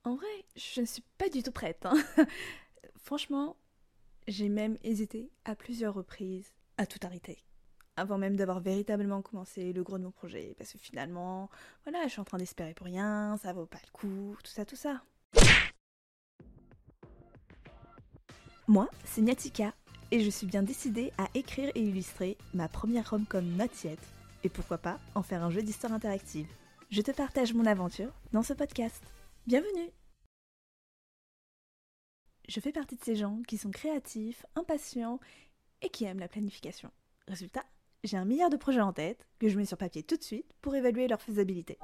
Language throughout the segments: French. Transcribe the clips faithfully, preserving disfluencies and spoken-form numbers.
En vrai, je ne suis pas du tout prête. Hein. Franchement, j'ai même hésité à plusieurs reprises à tout arrêter. Avant même d'avoir véritablement commencé le gros de mon projet. Parce que finalement, voilà, je suis en train d'espérer pour rien, ça vaut pas le coup, tout ça, tout ça. Moi, c'est Niatika, et je suis bien décidée à écrire et illustrer ma première rom-com not yet, et pourquoi pas en faire un jeu d'histoire interactive. Je te partage mon aventure dans ce podcast. Bienvenue! Je fais partie de ces gens qui sont créatifs, impatients et qui aiment la planification. Résultat, j'ai un milliard de projets en tête que je mets sur papier tout de suite pour évaluer leur faisabilité.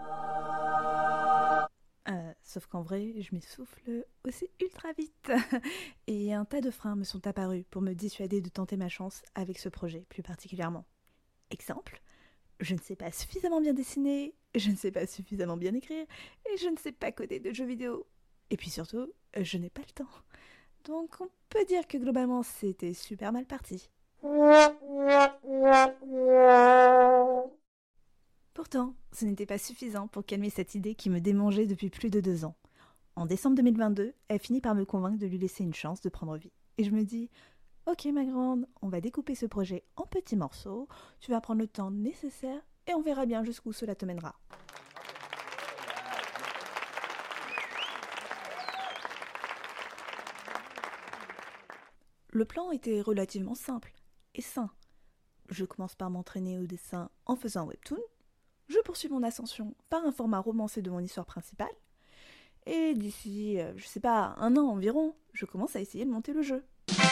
Euh, sauf qu'en vrai, je m'essouffle aussi ultra vite. Et un tas de freins me sont apparus pour me dissuader de tenter ma chance avec ce projet plus particulièrement. Exemple, je ne sais pas suffisamment bien dessiner, je ne sais pas suffisamment bien écrire, et je ne sais pas coder de jeux vidéo. Et puis surtout, je n'ai pas le temps. Donc on peut dire que globalement c'était super mal parti. Pourtant, ce n'était pas suffisant pour calmer cette idée qui me démangeait depuis plus de deux ans. En décembre deux mille vingt-deux, elle finit par me convaincre de lui laisser une chance de prendre vie. Et je me dis, ok ma grande, on va découper ce projet en petits morceaux, tu vas prendre le temps nécessaire et on verra bien jusqu'où cela te mènera. Le plan était relativement simple et sain. Je commence par m'entraîner au dessin en faisant un webtoon. Je poursuis mon ascension par un format romancé de mon histoire principale. Et d'ici, euh, je sais pas, un an environ, je commence à essayer de monter le jeu.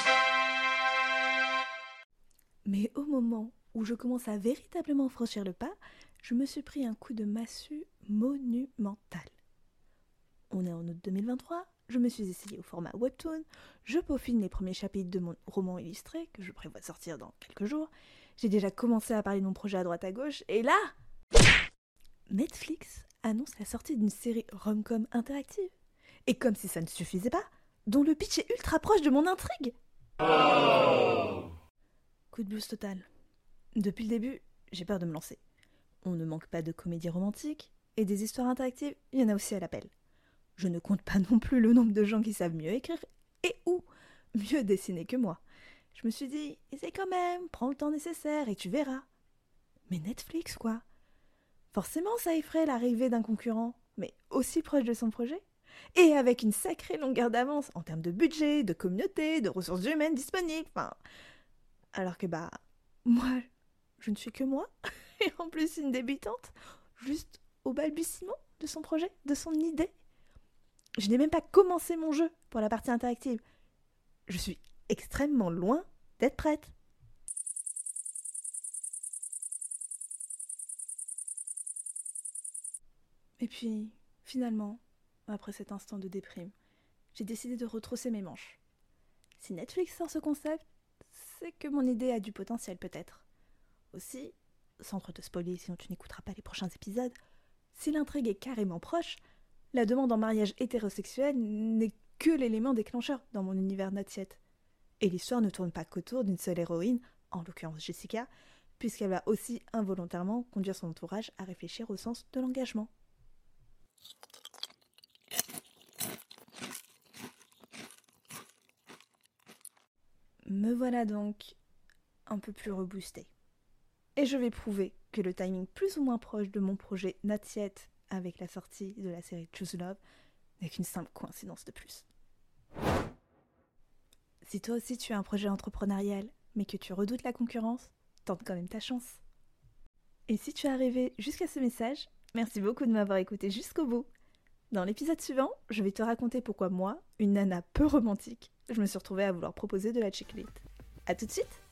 Mais au moment où je commence à véritablement franchir le pas, je me suis pris un coup de massue monumental. On est en août deux mille vingt-trois, je me suis essayée au format webtoon, je peaufine les premiers chapitres de mon roman illustré que je prévois sortir dans quelques jours. J'ai déjà commencé à parler de mon projet à droite à gauche, et là, Netflix annonce la sortie d'une série rom-com interactive. Et comme si ça ne suffisait pas, dont le pitch est ultra proche de mon intrigue. Oh Coup de blues total. Depuis le début, j'ai peur de me lancer. On ne manque pas de comédies romantiques, et des histoires interactives, il y en a aussi à l'appel. Je ne compte pas non plus le nombre de gens qui savent mieux écrire et ou mieux dessiner que moi. Je me suis dit, essaye quand même, prends le temps nécessaire et tu verras. Mais Netflix, quoi. Forcément, ça effraie l'arrivée d'un concurrent, mais aussi proche de son projet. Et avec une sacrée longueur d'avance en termes de budget, de communauté, de ressources humaines disponibles. Enfin, alors que bah, moi, je ne suis que moi, et en plus une débutante, juste au balbutiement de son projet, de son idée. Je n'ai même pas commencé mon jeu pour la partie interactive. Je suis extrêmement loin d'être prête. Et puis, finalement, après cet instant de déprime, j'ai décidé de retrousser mes manches. Si Netflix sort ce concept, c'est que mon idée a du potentiel peut-être. Aussi, sans trop te spoiler sinon tu n'écouteras pas les prochains épisodes, si l'intrigue est carrément proche, la demande en mariage hétérosexuel n'est que l'élément déclencheur dans mon univers not yet. Et l'histoire ne tourne pas qu'autour d'une seule héroïne, en l'occurrence Jessica, puisqu'elle va aussi involontairement conduire son entourage à réfléchir au sens de l'engagement. Me voilà donc un peu plus reboostée. Et je vais prouver que le timing plus ou moins proche de mon projet not yet avec la sortie de la série Choose Love n'est qu'une simple coïncidence de plus. Si toi aussi tu as un projet entrepreneurial, mais que tu redoutes la concurrence, tente quand même ta chance. Et si tu es arrivé jusqu'à ce message, merci beaucoup de m'avoir écouté jusqu'au bout. Dans l'épisode suivant, je vais te raconter pourquoi moi, une nana peu romantique, je me suis retrouvée à vouloir proposer de la chick lit. A tout de suite!